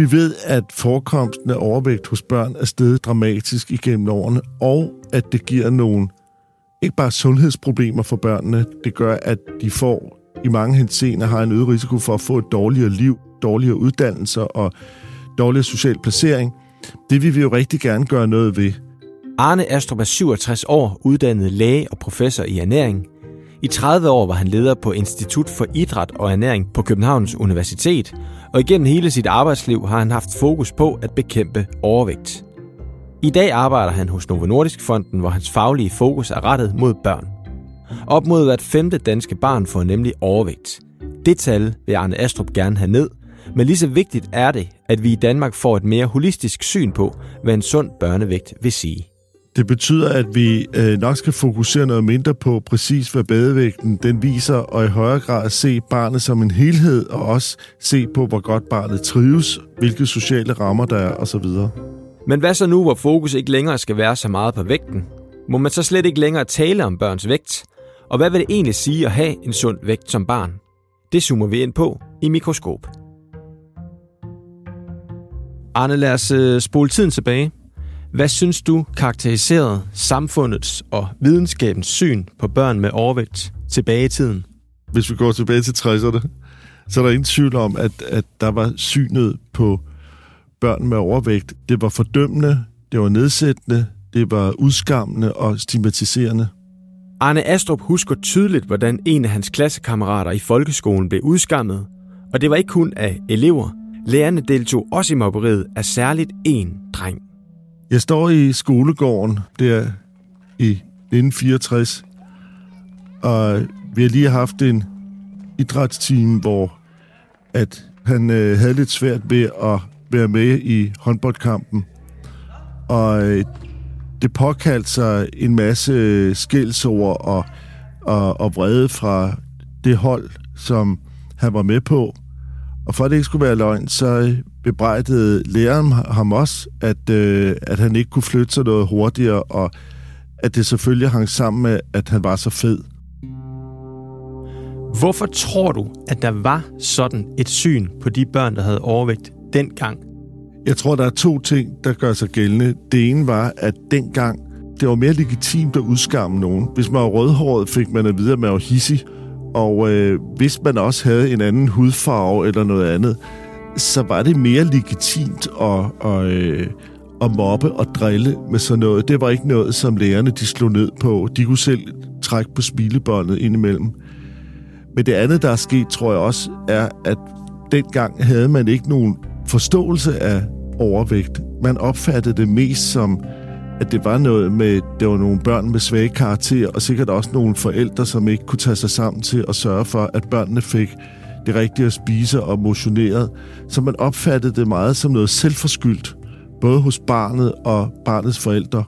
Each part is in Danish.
vi ved, at forekomsten af overvægt hos børn er steget dramatisk igennem årene, og at det giver nogle, ikke bare sundhedsproblemer for børnene, det gør, at de får i mange henseender har en øget risiko for at få et dårligere liv, dårligere uddannelser og dårligere social placering. Det vil vi jo rigtig gerne gøre noget ved. Arne Astrup er 67 år, uddannet læge og professor i ernæring. I 30 år var han leder på Institut for Idræt og Ernæring på Københavns Universitet, og igennem hele sit arbejdsliv har han haft fokus på at bekæmpe overvægt. I dag arbejder han hos Novo Nordisk Fonden, hvor hans faglige fokus er rettet mod børn. Op mod hvert 5. danske barn får nemlig overvægt. Det tal vil Arne Astrup gerne have ned, men lige så vigtigt er det, at vi i Danmark får et mere holistisk syn på, hvad en sund børnevægt vil sige. Det betyder, at vi nok skal fokusere noget mindre på præcis, hvad badevægten den viser, og i højere grad se barnet som en helhed, og også se på, hvor godt barnet trives, hvilke sociale rammer der er osv. Men hvad så nu, hvor fokus ikke længere skal være så meget på vægten? Må man så slet ikke længere tale om børns vægt? Og hvad vil det egentlig sige at have en sund vægt som barn? Det zoomer vi ind på i Mikroskop. Arne, lad os spole tiden tilbage. Hvad synes du karakteriserede samfundets og videnskabens syn på børn med overvægt tilbage i tiden? Hvis vi går tilbage til 60'erne, så er der ingen tvivl om, at der var synet på børn med overvægt. Det var fordømmende, det var nedsættende, det var udskammende og stigmatiserende. Arne Astrup husker tydeligt, hvordan en af hans klassekammerater i folkeskolen blev udskammet, og det var ikke kun af elever. Lærerne deltog også i mobberiet af særligt én dreng. Jeg står i skolegården der i 1964, og vi har lige haft en idrætsteam, hvor at han havde lidt svært ved at være med i håndboldkampen. Og det påkaldte sig en masse skældsord og vrede fra det hold, som han var med på. Og for at det ikke skulle være løgn, så bebrejdede læreren ham også, at han ikke kunne flytte sig noget hurtigere, og at det selvfølgelig hang sammen med, at han var så fed. Hvorfor tror du, at der var sådan et syn på de børn, der havde overvægt dengang? Jeg tror, der er 2 ting, der gør sig gældende. Det ene var, at dengang det var mere legitimt at udskamme nogen. Hvis man var rødhåret, fik man at vide, at man var hissig. Og hvis man også havde en anden hudfarve eller noget andet, så var det mere legitimt at mobbe og drille med sådan noget. Det var ikke noget, som lærerne de slog ned på. De kunne selv trække på smilebåndet indimellem. Men det andet, der er sket, tror jeg også, er, at dengang havde man ikke nogen forståelse af overvægt. Man opfattede det mest som, at det var noget med, det var nogle børn med svage karakterer, og sikkert også nogle forældre, som ikke kunne tage sig sammen til at sørge for, at børnene fik det rigtige at spise og motioneret. Så man opfattede det meget som noget selvforskyldt, både hos barnet og barnets forældre.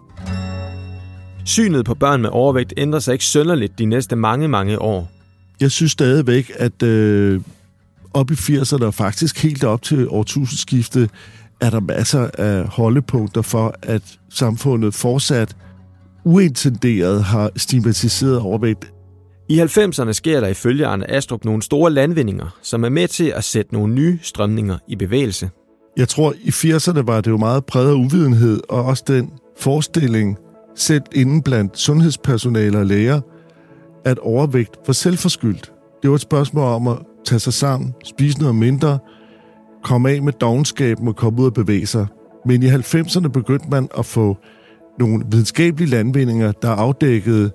Synet på børn med overvægt ændrer sig ikke synderligt de næste mange år. Jeg synes stadigvæk, at op i 80'erne og faktisk helt op til årtusindskiftet, er der masser af holdepunkter for, at samfundet fortsat uintenderet har stigmatiseret overvægt. I 90'erne sker der ifølge Arne Astrup nogle store landvindinger, som er med til at sætte nogle nye strømninger i bevægelse. Jeg tror, i 80'erne var det jo meget præget af uvidenhed, og også den forestilling, selv inden blandt sundhedspersonale og læger, at overvægt var selvforskyldt. Det var et spørgsmål om at tage sig sammen, spise noget mindre, komme af med dovenskaben og komme ud og bevæge sig. Men i 90'erne begyndte man at få nogle videnskabelige landvindinger, der afdækkede,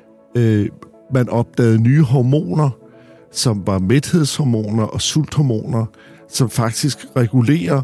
man opdagede nye hormoner, som var mæthedshormoner og sulthormoner, som faktisk regulerer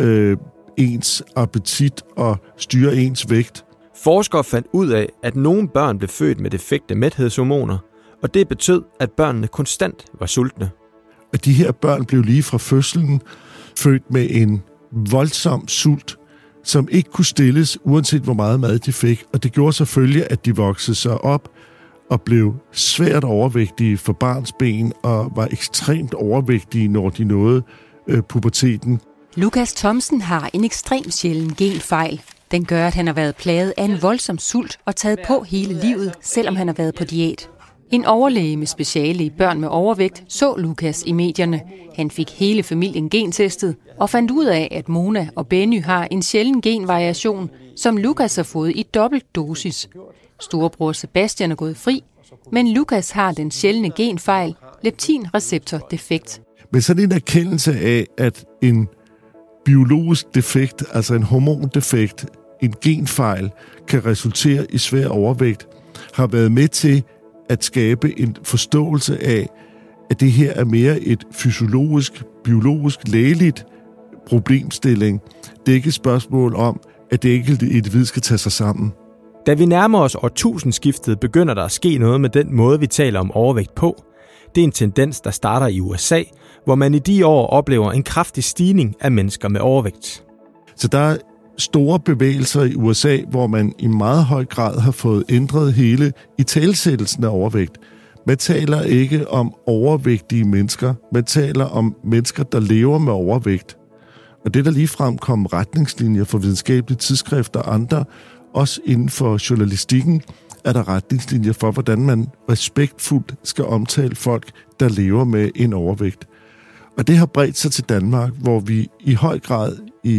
ens appetit og styrer ens vægt. Forskere fandt ud af, at nogle børn blev født med defekte mæthedshormoner, og det betød, at børnene konstant var sultne. At de her børn blev lige fra fødslen født med en voldsom sult, som ikke kunne stilles, uanset hvor meget mad de fik. Og det gjorde selvfølgelig, at de voksede sig op og blev svært overvægtige for barns ben og var ekstremt overvægtige, når de nåede puberteten. Lukas Thomsen har en ekstrem sjælden genfejl. Den gør, at han har været plaget af en voldsom sult og taget på hele livet, selvom han har været på diæt. En overlæge med speciale i børn med overvægt så Lukas i medierne. Han fik hele familien gentestet og fandt ud af, at Mona og Benny har en sjælden genvariation, som Lukas har fået i dobbelt dosis. Storebror Sebastian er gået fri, men Lukas har den sjældne genfejl, leptinreceptor defekt. Men sådan en erkendelse af, at en biologisk defekt, altså en hormondefekt, en genfejl, kan resultere i svær overvægt, har været med til at skabe en forståelse af, at det her er mere et fysiologisk, biologisk, lægeligt problemstilling. Det er ikke et spørgsmål om, at det enkelte individ skal tage sig sammen. Da vi nærmer os årtusindskiftet, begynder der at ske noget med den måde, vi taler om overvægt på. Det er en tendens, der starter i USA, hvor man i de år oplever en kraftig stigning af mennesker med overvægt. Så der er store bevægelser i USA, hvor man i meget høj grad har fået ændret hele italesættelsen af overvægt. Man taler ikke om overvægtige mennesker, man taler om mennesker, der lever med overvægt. Og det der ligefrem kom retningslinjer for videnskabelige tidsskrifter og andre, også inden for journalistikken, er der retningslinjer for, hvordan man respektfuldt skal omtale folk, der lever med en overvægt. Og det har bredt sig til Danmark, hvor vi i høj grad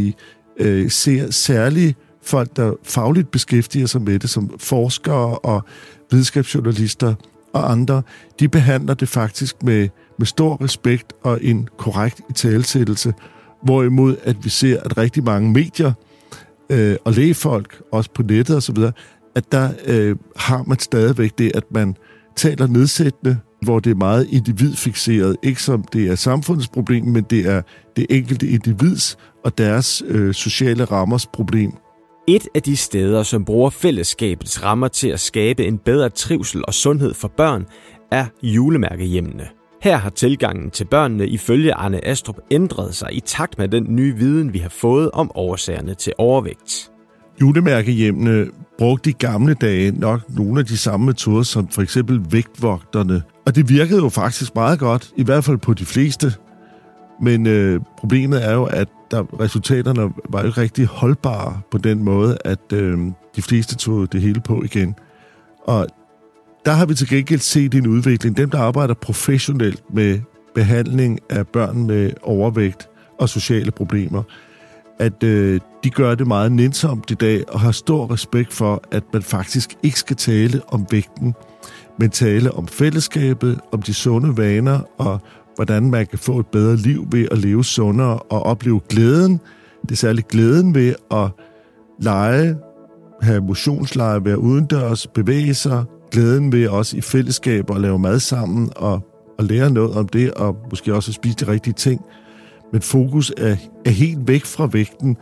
ser særligt folk, der fagligt beskæftiger sig med det, som forskere og videnskabsjournalister og andre. De behandler det faktisk med stor respekt og en korrekt italesættelse, hvorimod at vi ser, at rigtig mange medier og lægefolk, også på nettet osv., at der har man stadigvæk det, at man taler nedsættende, hvor det er meget individfikseret. Ikke som det er samfundets problem, men det er det enkelte individs og deres sociale rammers problem. Et af de steder, som bruger fællesskabets rammer til at skabe en bedre trivsel og sundhed for børn, er julemærkehjemmene. Her har tilgangen til børnene ifølge Arne Astrup ændret sig i takt med den nye viden, vi har fået om årsagerne til overvægt. Julemærkehjemmene brugte i gamle dage nok nogle af de samme metoder som for eksempel vægtvogterne. Og det virkede jo faktisk meget godt, i hvert fald på de fleste. Men problemet er jo, at resultaterne var jo ikke rigtig holdbare på den måde, at de fleste tog det hele på igen. Og der har vi til gengæld set en udvikling. Dem, der arbejder professionelt med behandling af børn med overvægt og sociale problemer, at de gør det meget nænsomt i dag og har stor respekt for, at man faktisk ikke skal tale om vægten, men tale om fællesskabet, om de sunde vaner og hvordan man kan få et bedre liv ved at leve sundere og opleve glæden. Det er særligt glæden ved at lege, have motionslege, være udendørs, bevæge sig, glæden ved også i fællesskaber at lave mad sammen og lære noget om det, og måske også at spise de rigtige ting. Men fokus er helt væk fra vægten.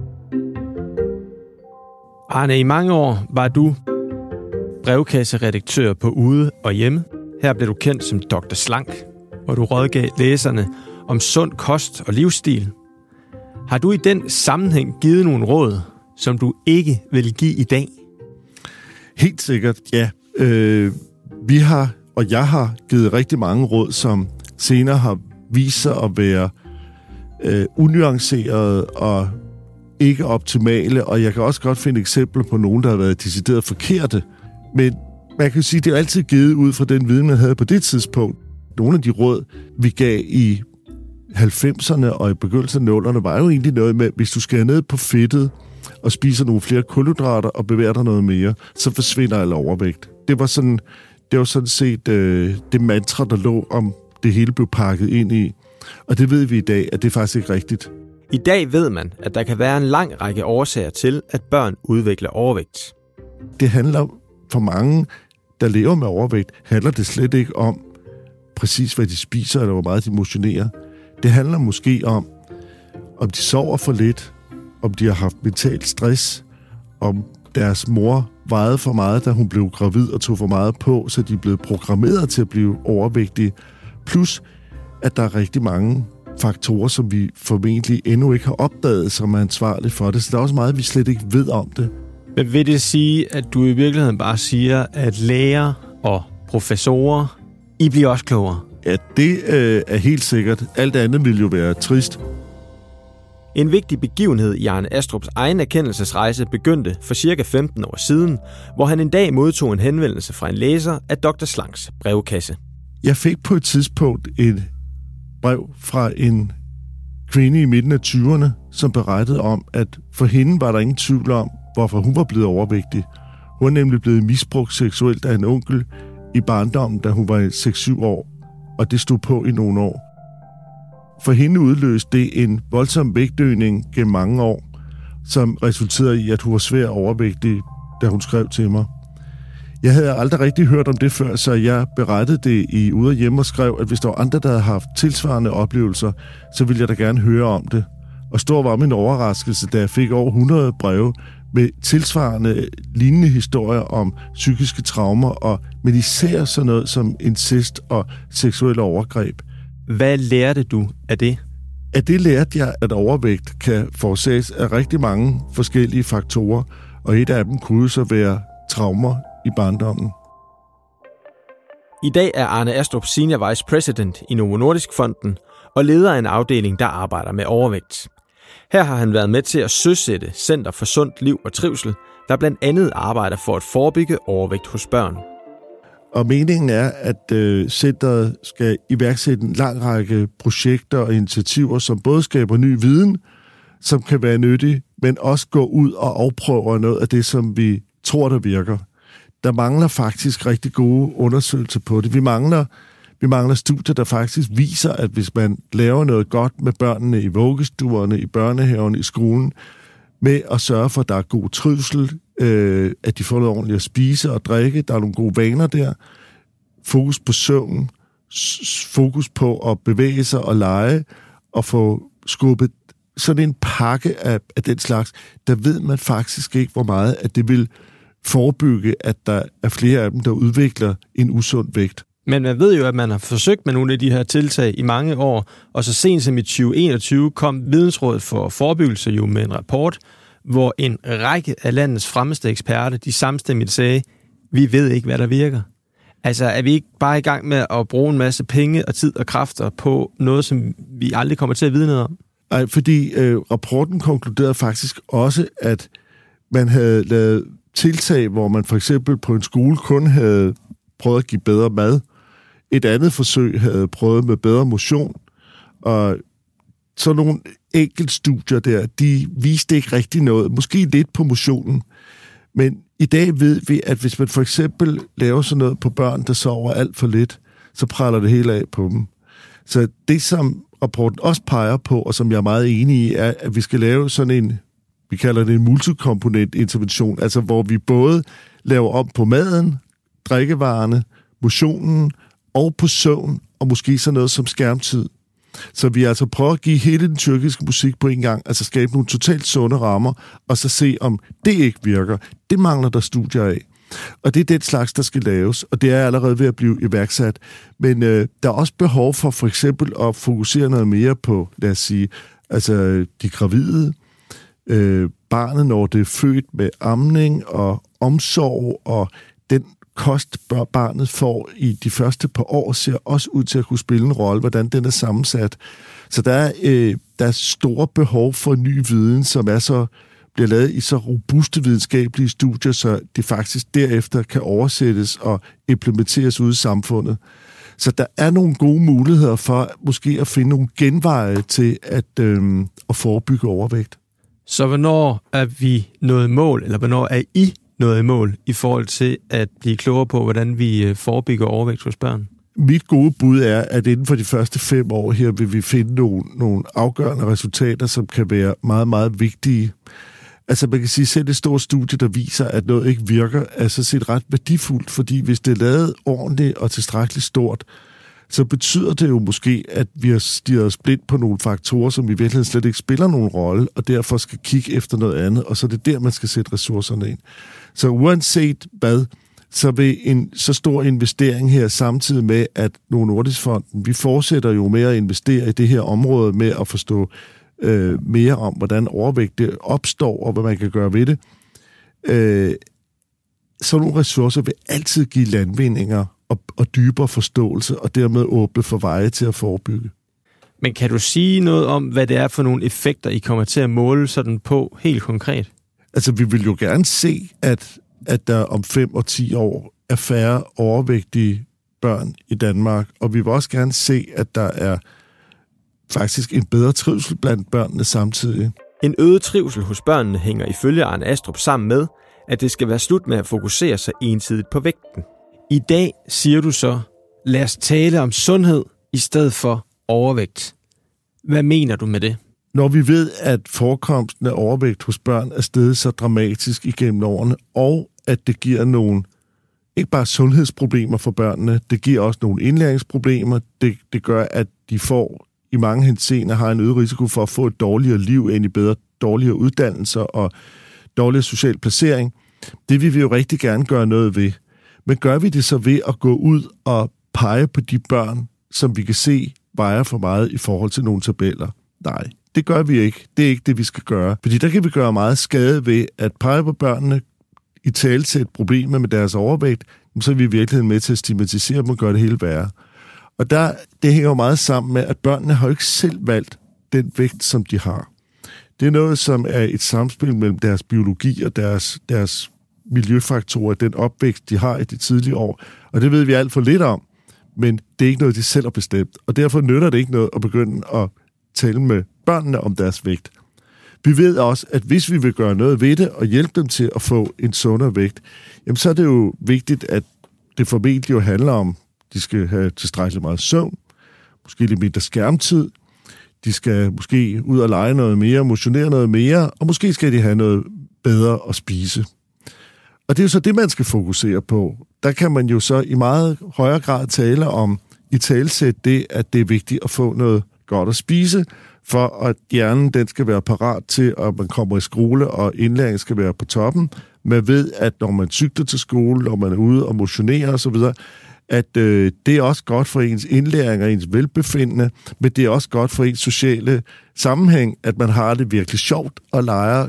Arne, i mange år var du brevkasseredaktør på Ude og Hjemme. Her blev du kendt som Dr. Slank, hvor du rådgav læserne om sund kost og livsstil. Har du i den sammenhæng givet nogle råd, som du ikke vil give i dag? Helt sikkert, ja. Vi har, og jeg har givet rigtig mange råd, som senere har vist sig at være unuancerede og ikke optimale, og jeg kan også godt finde eksempler på nogen, der har været decideret forkerte. Men man kan sige, at det er altid givet ud fra den viden, man havde på det tidspunkt. Nogle af de råd, vi gav i 90'erne og i begyndelsen af 00'erne, var jo egentlig noget med, hvis du skærer ned på fedtet og spiser nogle flere kulhydrater og bevæger dig noget mere, så forsvinder al overvægt. Det var sådan set det mantra, der lå om det hele blev pakket ind i. Og det ved vi i dag, at det er faktisk ikke rigtigt. I dag ved man, at der kan være en lang række årsager til, at børn udvikler overvægt. Det handler for mange, der lever med overvægt, handler det slet ikke om præcis, hvad de spiser, eller hvor meget de motionerer. Det handler måske om de sover for lidt, om de har haft mental stress, om deres mor vejede for meget, da hun blev gravid og tog for meget på, så de er blevet programmeret til at blive overvægtige. Plus, at der er rigtig mange faktorer, som vi formentlig endnu ikke har opdaget, som er ansvarlige for det. Så der er også meget, vi slet ikke ved om det. Men vil det sige, at du i virkeligheden bare siger, at læger og professorer, I bliver også klogere? Ja, det er helt sikkert. Alt andet vil jo være trist. En vigtig begivenhed i Arne Astrups egen erkendelsesrejse begyndte for cirka 15 år siden, hvor han en dag modtog en henvendelse fra en læser af Dr. Slangs brevkasse. Jeg fik på et tidspunkt et brev fra en kvinde i midten af 20'erne, som berettede om, at for hende var der ingen tvivl om, hvorfor hun var blevet overvægtig. Hun var nemlig blevet misbrugt seksuelt af en onkel i barndommen, da hun var 6-7 år, og det stod på i nogle år. For hende udløste det en voldsom vægtøgning gennem mange år, som resulterede i, at hun var svær overvægtig, da hun skrev til mig. Jeg havde aldrig rigtig hørt om det før, så jeg berettede det i Ude og Hjemme og skrev, at hvis der var andre, der havde haft tilsvarende oplevelser, så ville jeg da gerne høre om det. Og stor var min overraskelse, da jeg fik over 100 breve med tilsvarende lignende historier om psykiske traumer, men især sådan noget som incest og seksuelle overgreb. Hvad lærte du af det? Af det lærte jeg, at overvægt kan forårsages af rigtig mange forskellige faktorer, og et af dem kunne så være traumer i barndommen. I dag er Arne Astrup Senior Vice President i Novo Nordisk Fonden og leder af en afdeling, der arbejder med overvægt. Her har han været med til at søsætte Center for Sundt Liv og Trivsel, der blandt andet arbejder for at forebygge overvægt hos børn. Og meningen er, at centeret skal iværksætte en lang række projekter og initiativer, som både skaber ny viden, som kan være nyttig, men også gå ud og afprøve noget af det, som vi tror, der virker. Der mangler faktisk rigtig gode undersøgelser på det. Vi mangler studier, der faktisk viser, at hvis man laver noget godt med børnene i vuggestuerne, i børnehaven, i skolen, med at sørge for, at der er god trivsel, at de får noget ordentligt at spise og drikke, der er nogle gode vaner der, fokus på søvn, fokus på at bevæge sig og lege, og få skubbet sådan en pakke af den slags, der ved man faktisk ikke, hvor meget, at det vil forebygge, at der er flere af dem, der udvikler en usund vægt. Men man ved jo, at man har forsøgt med nogle af de her tiltag i mange år, og så sent som i 2021 kom Vidensrådet for Forebyggelse jo med en rapport, hvor en række af landets fremmeste eksperter, de samstemmigt sagde, vi ved ikke, hvad der virker. Altså, er vi ikke bare i gang med at bruge en masse penge og tid og kræfter på noget, som vi aldrig kommer til at vide noget om? Nej, fordi rapporten konkluderede faktisk også, at man havde lavet tiltag, hvor man for eksempel på en skole kun havde prøvet at give bedre mad. Et andet forsøg havde prøvet med bedre motion. Og så nogle enkeltstudier der, de viste ikke rigtig noget. Måske lidt på motionen. Men i dag ved vi, at hvis man for eksempel laver sådan noget på børn, der sover alt for lidt, så praller det hele af på dem. Så det, som rapporten også peger på, og som jeg er meget enig i, er, at vi skal lave sådan en, vi kalder det en multikomponent intervention, altså hvor vi både laver om på maden, drikkevarerne, motionen og på søvn, og måske sådan noget som skærmtid. Så vi altså prøver at give hele den tyrkiske musik på en gang, altså skabe nogle totalt sunde rammer, og så se, om det ikke virker. Det mangler der studier af. Og det er den slags, der skal laves, og det er allerede ved at blive iværksat. Men der er også behov for eksempel at fokusere noget mere på, lad os sige, altså de gravide, barnet, når det er født med amning og omsorg, og den kost, barnet får i de første par år, ser også ud til at kunne spille en rolle, hvordan den er sammensat. Så der er store behov for ny viden, som bliver lavet i så robuste videnskabelige studier, så det faktisk derefter kan oversættes og implementeres ude i samfundet. Så der er nogle gode muligheder for måske at finde nogle genveje til at forebygge overvægt. Så hvornår er vi nået i mål, eller hvornår er I nået i mål i forhold til at blive klogere på, hvordan vi forebygger overvægt hos børn? Mit gode bud er, at inden for de første 5 år her vil vi finde nogle afgørende resultater, som kan være meget, meget vigtige. Altså man kan sige, selv et stort studie, der viser, at noget ikke virker, er så set ret værdifuldt, fordi hvis det er lavet ordentligt og tilstrækkeligt stort, så betyder det jo måske, at vi har stirret os blind på nogle faktorer, som i virkeligheden slet ikke spiller nogen rolle, og derfor skal kigge efter noget andet, og så er det der, man skal sætte ressourcerne ind. Så uanset hvad, så vil en så stor investering her, samtidig med, at Novo Nordisk Fonden, vi fortsætter jo med at investere i det her område, med at forstå mere om, hvordan overvægt det opstår, og hvad man kan gøre ved det. Så nogle ressourcer vil altid give landvindinger og dybere forståelse, og dermed åbne for veje til at forebygge. Men kan du sige noget om, hvad det er for nogle effekter, I kommer til at måle sådan på helt konkret? Altså, vi vil jo gerne se, at der om 5 og 10 år er færre overvægtige børn i Danmark, og vi vil også gerne se, at der er faktisk en bedre trivsel blandt børnene samtidig. En øget trivsel hos børnene hænger ifølge Arne Astrup sammen med, at det skal være slut med at fokusere sig ensidigt på vægten. I dag siger du så, lad os tale om sundhed i stedet for overvægt. Hvad mener du med det? Når vi ved, at forekomsten af overvægt hos børn er steget så dramatisk igennem årene, og at det giver nogle, ikke bare sundhedsproblemer for børnene, det giver også nogle indlæringsproblemer. Det gør, at de får i mange henseender har en øget risiko for at få et dårligere liv, end i dårligere uddannelser og dårligere social placering. Det vil vi jo rigtig gerne gøre noget ved. Men gør vi det så ved at gå ud og pege på de børn, som vi kan se vejer for meget i forhold til nogle tabeller? Nej, det gør vi ikke. Det er ikke det, vi skal gøre. Fordi der kan vi gøre meget skade ved at pege på børnene, i tale til et problem med deres overvægt, så er vi i virkeligheden med til at stigmatisere dem og gøre det hele værre. Og det hænger jo meget sammen med, at børnene har jo ikke selv valgt den vægt, som de har. Det er noget, som er et samspil mellem deres biologi og deres miljøfaktorer, den opvækst, de har i de tidlige år. Og det ved vi alt for lidt om, men det er ikke noget, de selv har bestemt. Og derfor nytter det ikke noget at begynde at tale med børnene om deres vægt. Vi ved også, at hvis vi vil gøre noget ved det og hjælpe dem til at få en sundere vægt, jamen så er det jo vigtigt, at det formentlig jo handler om, de skal have tilstrækkeligt meget søvn, måske lidt mindre skærmtid, de skal måske ud og lege noget mere, motionere noget mere, og måske skal de have noget bedre at spise. Og det er jo så det, man skal fokusere på. Der kan man jo så i meget højere grad tale om, i talsæt det, at det er vigtigt at få noget godt at spise, for at hjernen den skal være parat til, at man kommer i skole, og indlæringen skal være på toppen. Man ved, at når man cykler til skole, når man er ude og motionerer osv., at det er også godt for ens indlæring og ens velbefindende, men det er også godt for ens sociale sammenhæng, at man har det virkelig sjovt og leger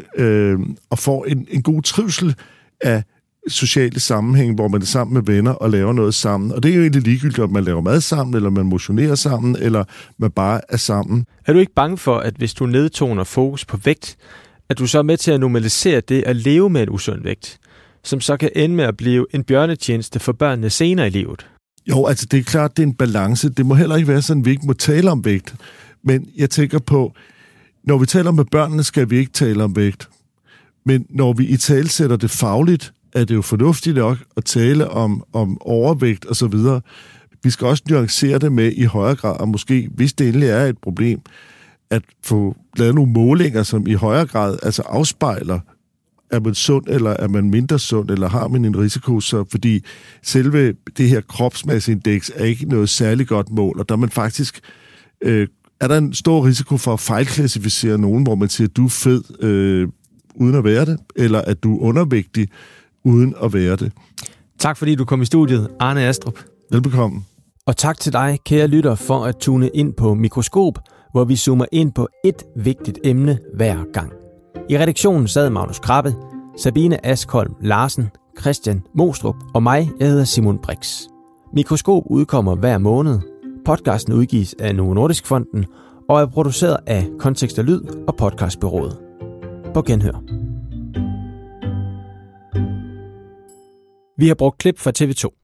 og får en god trivsel af sociale sammenhæng, hvor man er sammen med venner og laver noget sammen. Og det er jo egentlig ligegyldigt, om man laver mad sammen, eller man motionerer sammen, eller man bare er sammen. Er du ikke bange for, at hvis du nedtoner fokus på vægt, at du så er med til at normalisere det at leve med en usund vægt, som så kan ende med at blive en bjørnetjeneste for børnene senere i livet? Jo, altså det er klart, det er en balance. Det må heller ikke være sådan, at vi ikke må tale om vægt. Men jeg tænker på, når vi taler med børnene, skal vi ikke tale om vægt. Men når vi i tale sætter det fagligt, er det jo fornuftigt nok at tale om overvægt og så videre. Vi skal også nuancere det med i højere grad, og måske, hvis det endelig er et problem, at få lavet nogle målinger, som i højere grad altså afspejler, er man sund, eller er man mindre sund, eller har man en risiko, så fordi selve det her kropsmasseindeks er ikke noget særligt godt mål, og der man faktisk er der en stor risiko for at fejlklassificere nogen, hvor man siger, at du er fed uden at være det, eller at du er undervægtig uden at være det. Tak fordi du kom i studiet, Arne Astrup. Velbekomme. Og tak til dig, kære lytter, for at tune ind på Mikroskop, hvor vi zoomer ind på et vigtigt emne hver gang. I redaktionen sad Magnus Krabbe, Sabine Askholm Larsen, Christian Mostrup og mig, jeg hedder Simon Brix. Mikroskop udkommer hver måned. Podcasten udgives af Novo Nordisk Fonden og er produceret af Kontekst og Lyd og Podcastbureauet. På genhør. Vi har brugt klip fra TV2.